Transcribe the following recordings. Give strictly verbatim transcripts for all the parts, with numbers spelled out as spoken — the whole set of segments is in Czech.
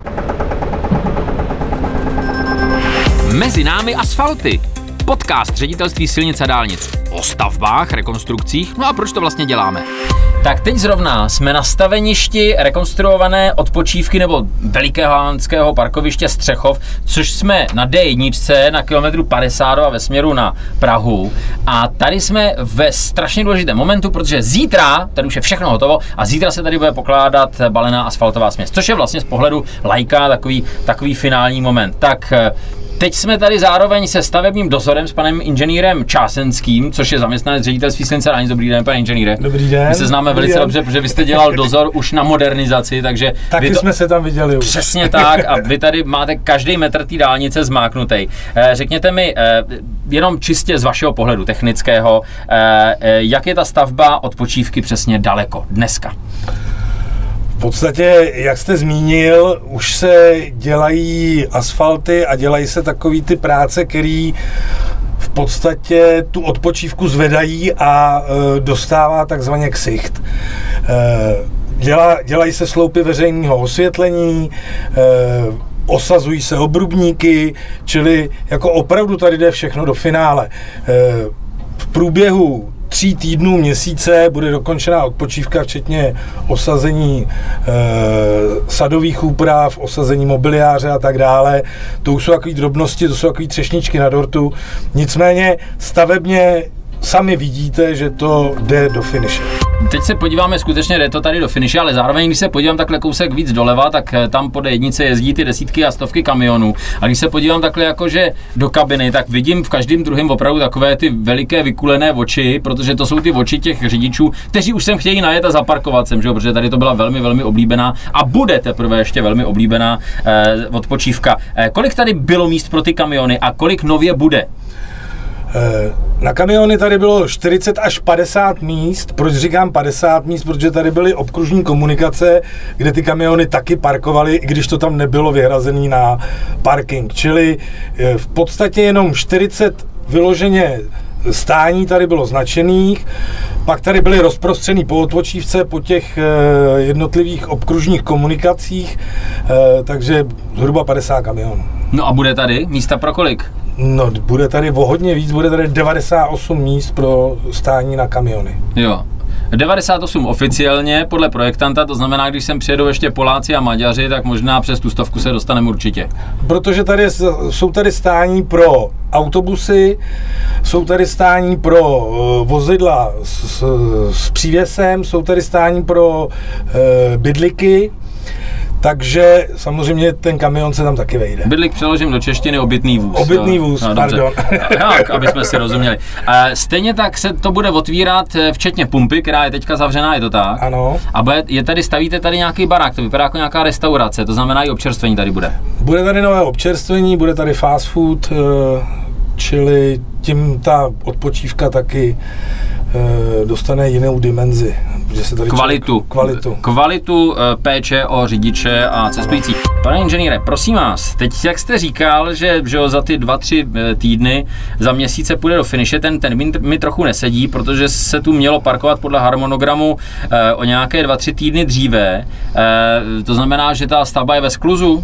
Mezi námi asfalty. Podcast Ředitelství silnic a dálnic o stavbách, rekonstrukcích, no a proč to vlastně děláme? Tak teď zrovna jsme na staveništi rekonstruované odpočívky nebo velikého holandského parkoviště Střechov, což jsme na D jedna na kilometru padesát ve směru na Prahu. A tady jsme ve strašně důležitém momentu, protože zítra, tady už je všechno hotovo, a zítra se tady bude pokládat balená asfaltová směs, což je vlastně z pohledu laika takový, takový finální moment. Tak teď jsme tady zároveň se stavebním dozorem s panem inženýrem Čásenským, což je zaměstnanec Ředitelství silnic a dálnic. Dobrý den, pane inženýre. Dobrý den. My se známe velice den. dobře, protože vy jste dělal dozor už na modernizaci, takže... Taky to... jsme se tam viděli už. Přesně tak, a vy tady máte každý metr té dálnice zmáknutý. Řekněte mi, jenom čistě z vašeho pohledu technického, jak je ta stavba odpočívky přesně daleko dneska? V podstatě, jak jste zmínil, už se dělají asfalty a dělají se takový ty práce, který v podstatě tu odpočívku zvedají a e, dostává takzvaně ksicht. E, děla, dělají se sloupy veřejného osvětlení, e, osazují se obrubníky, čili jako opravdu tady jde všechno do finále. E, v průběhu tří týdnů, měsíce bude dokončená odpočívka, včetně osazení e, sadových úprav, osazení mobiliáře a tak dále. To už jsou takové drobnosti, to jsou takové třešničky na dortu. Nicméně stavebně sami vidíte, že to jde do finiše. Teď se podíváme, skutečně jde to tady do finiše, ale zároveň, když se podívám takhle kousek víc doleva, tak tam po D jedna jezdí ty desítky a stovky kamionů. A když se podívám takhle jakože do kabiny, tak vidím v každém druhém opravdu takové ty veliké vykulené oči, protože to jsou ty oči těch řidičů, kteří už sem chtějí najet a zaparkovat sem, že? Protože tady to byla velmi, velmi oblíbená a bude teprve ještě velmi oblíbená eh, odpočívka. Eh, kolik tady bylo míst pro ty kamiony a kolik nově bude? Na kamiony tady bylo čtyřicet až padesát míst. Proč říkám padesát míst? Protože tady byly obkružní komunikace, kde ty kamiony taky parkovaly, i když to tam nebylo vyhrazený na parking. Čili v podstatě jenom čtyřicet vyloženě stání tady bylo značených, pak tady byly rozprostřený po odpočívce, po těch jednotlivých obkružních komunikacích, takže zhruba padesát kamionů. No a bude tady místa pro kolik? No, bude tady o hodně víc, bude tady devadesát osm míst pro stání na kamiony. Jo. devadesát osm oficiálně podle projektanta, to znamená, když sem přijedou ještě Poláci a Maďaři, tak možná přes tu stovku se dostaneme určitě. Protože tady jsou tady stání pro autobusy, jsou tady stání pro uh, vozidla s, s přívěsem, jsou tady stání pro uh, bydliky. Takže samozřejmě ten kamion se tam taky vejde. Bydlík přeložím do češtiny obytný vůz. Obytný vůz, no, pardon. Tak, aby jsme si rozuměli. Stejně tak se to bude otvírat včetně pumpy, která je teďka zavřená, je to tak? Ano. A bude, je tady, stavíte tady nějaký barák, to vypadá jako nějaká restaurace, to znamená i občerstvení tady bude. Bude tady nové občerstvení, bude tady fast food, čili tím ta odpočívka taky dostane jinou dimenzi. Že se tady kvalitu. Kvalitu. Kvalitu péče o řidiče a cestující. Pane inženýre, prosím vás, teď jak jste říkal, že, že za ty dva, tři týdny, za měsíce půjde do finiše, ten termín mi trochu nesedí, protože se tu mělo parkovat podle harmonogramu eh, o nějaké dva, tři týdny dříve. Eh, to znamená, že ta stavba je ve skluzu?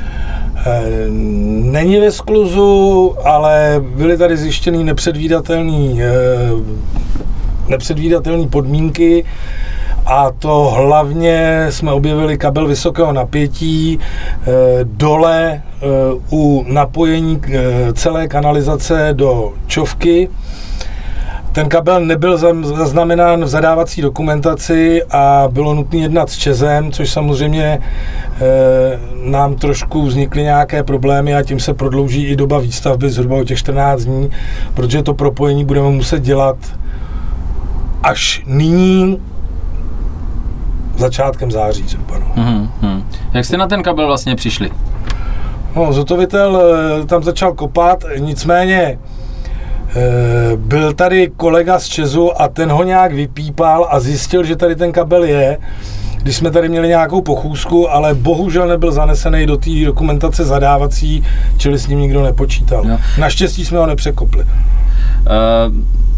Není ve skluzu, ale byly tady zjištěný nepředvídatelný, nepředvídatelný podmínky, a to hlavně jsme objevili kabel vysokého napětí dole u napojení celé kanalizace do čovky. Ten kabel nebyl zaznamenán v zadávací dokumentaci a bylo nutné jednat s ČEZem, což samozřejmě e, nám trošku vznikly nějaké problémy a tím se prodlouží i doba výstavby zhruba o těch čtrnáct dní, protože to propojení budeme muset dělat až nyní, začátkem září zhruba. No. Mm-hmm. Jak jste na ten kabel vlastně přišli? No, zhotovitel tam začal kopat, nicméně byl tady kolega z ČEZu a ten ho nějak vypípal a zjistil, že tady ten kabel je, když jsme tady měli nějakou pochůzku, ale bohužel nebyl zanesený do té dokumentace zadávací, čili s ním nikdo nepočítal. Jo. Naštěstí jsme ho nepřekopli. Uh...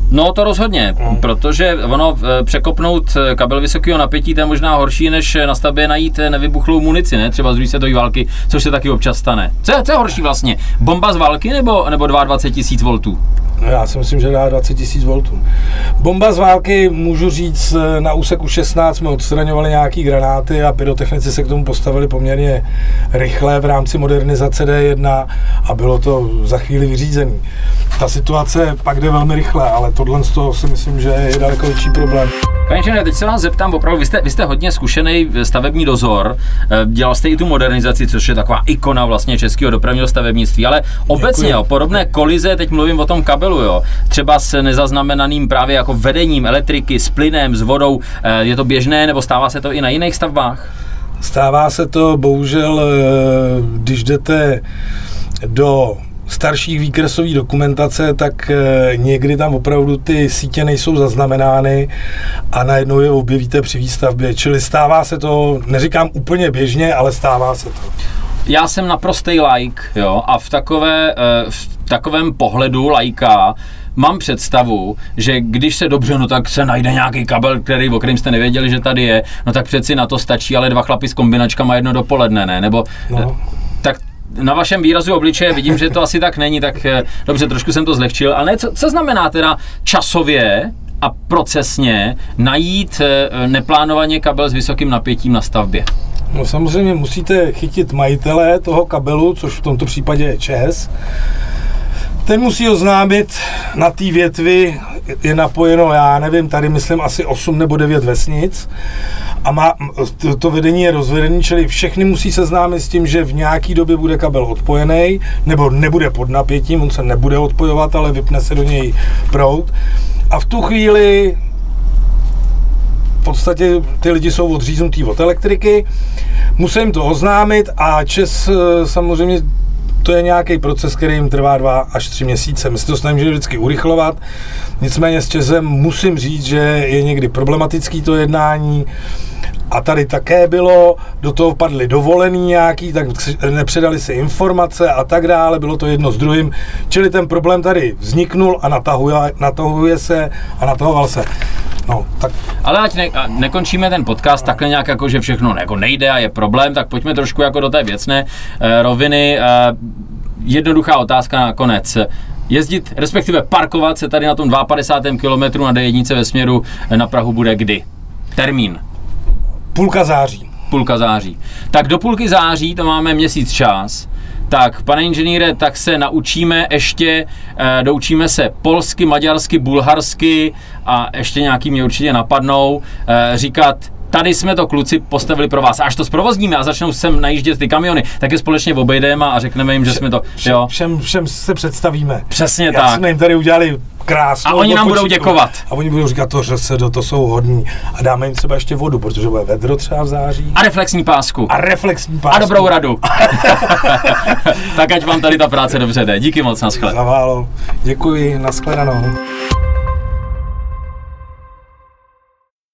No to rozhodně, mm. protože ono překopnout kabel vysokého napětí, to je možná horší, než na stavbě najít nevybuchlou munici, ne? Třeba z druhé světové války, což se taky občas stane. Co je, co je horší vlastně? Bomba z války nebo, nebo dvacet dva tisíc voltů? No já si myslím, že dá dvacet tisíc voltů. Bomba z války, můžu říct, na úseku šestnáct jsme odstraňovali nějaký granáty a pyrotechnici se k tomu postavili poměrně rychle v rámci modernizace D jedna a bylo to za chvíli vyřízený. Ta situace pak jde velmi rychle, ale tohle z toho si myslím, že je daleko větší problém. Pane inženýre, teď se vás zeptám opravdu, vy jste, vy jste hodně zkušený stavební dozor, dělal jste i tu modernizaci, což je taková ikona vlastně českého dopravního stavebnictví, ale obecně jo, podobné kolize, teď mluvím o tom kabelu, jo, třeba s nezaznamenaným právě jako vedením elektriky, s plynem, s vodou, je to běžné nebo stává se to i na jiných stavbách? Stává se to, bohužel, když jdete do starších výkresových dokumentace, tak někdy tam opravdu ty sítě nejsou zaznamenány a najednou je objevíte při výstavbě. Čili stává se to, neříkám úplně běžně, ale stává se to. Já jsem naprostý laik, jo, a v, takové, v takovém pohledu laika mám představu, že když se dobře, no tak se najde nějaký kabel, který, o kterém jste nevěděli, že tady je, no tak přeci na to stačí, ale dva chlapi s kombinačkama jedno dopoledne, ne? Nebo no. tak na vašem výrazu obličeje vidím, že to asi tak není, tak dobře, trošku jsem to zlehčil, ale ne, co, co znamená teda časově a procesně najít neplánovaně kabel s vysokým napětím na stavbě? No samozřejmě musíte chytit majitele toho kabelu, což v tomto případě je ČEZ. Ten musí oznámit, na té větvi je napojeno, já nevím, tady myslím asi osm nebo devět vesnic a má, to, to vedení je rozvedený, čili všechny musí seznámit s tím, že v nějaký době bude kabel odpojený, nebo nebude pod napětím, on se nebude odpojovat, ale vypne se do něj proud. A v tu chvíli v podstatě ty lidi jsou odříznutí od elektriky, musí jim to oznámit a ČEZ samozřejmě to je nějaký proces, který jim trvá dva až tři měsíce. My se to snažíme vždycky urychlovat, nicméně s ČEZem musím říct, že je někdy problematický to jednání a tady také bylo, do toho padly dovolený nějaký, tak nepředali si informace a tak dále, bylo to jedno s druhým, čili ten problém tady vzniknul a natahuje, natahuje se a natahoval se. No, tak. Ale ať ne, nekončíme ten podcast takhle nějak jako, že všechno jako nejde a je problém, tak pojďme trošku jako do té věcné eh, roviny. Eh, jednoduchá otázka na konec. Jezdit, respektive parkovat se tady na tom padesátém kilometru na D jedna ve směru na Prahu bude kdy? Termín? Půlka září. Půlka září. Tak do půlky září to máme měsíc čas. Tak, pane inženýre, tak se naučíme ještě, e, doučíme se polsky, maďarsky, bulharsky a ještě nějaký mě určitě napadnou, e, říkat, tady jsme to kluci postavili pro vás. Až to zprovozníme a začnou sem najíždět ty kamiony, tak je společně obejdeme a řekneme jim, že jsme to, jo. Všem, všem se představíme. Přesně Jak tak. jsme jim tady udělali krásnou. A oni nám budou děkovat. A oni budou říkat to, že se do to jsou hodní. A dáme jim třeba ještě vodu, protože bude vedro třeba v září. A reflexní pásku. A reflexní pásku. A dobrou radu. Tak ať vám tady ta práce dobře jde. Díky moc, naschle. Zaválo. Děkuji, nashledanou.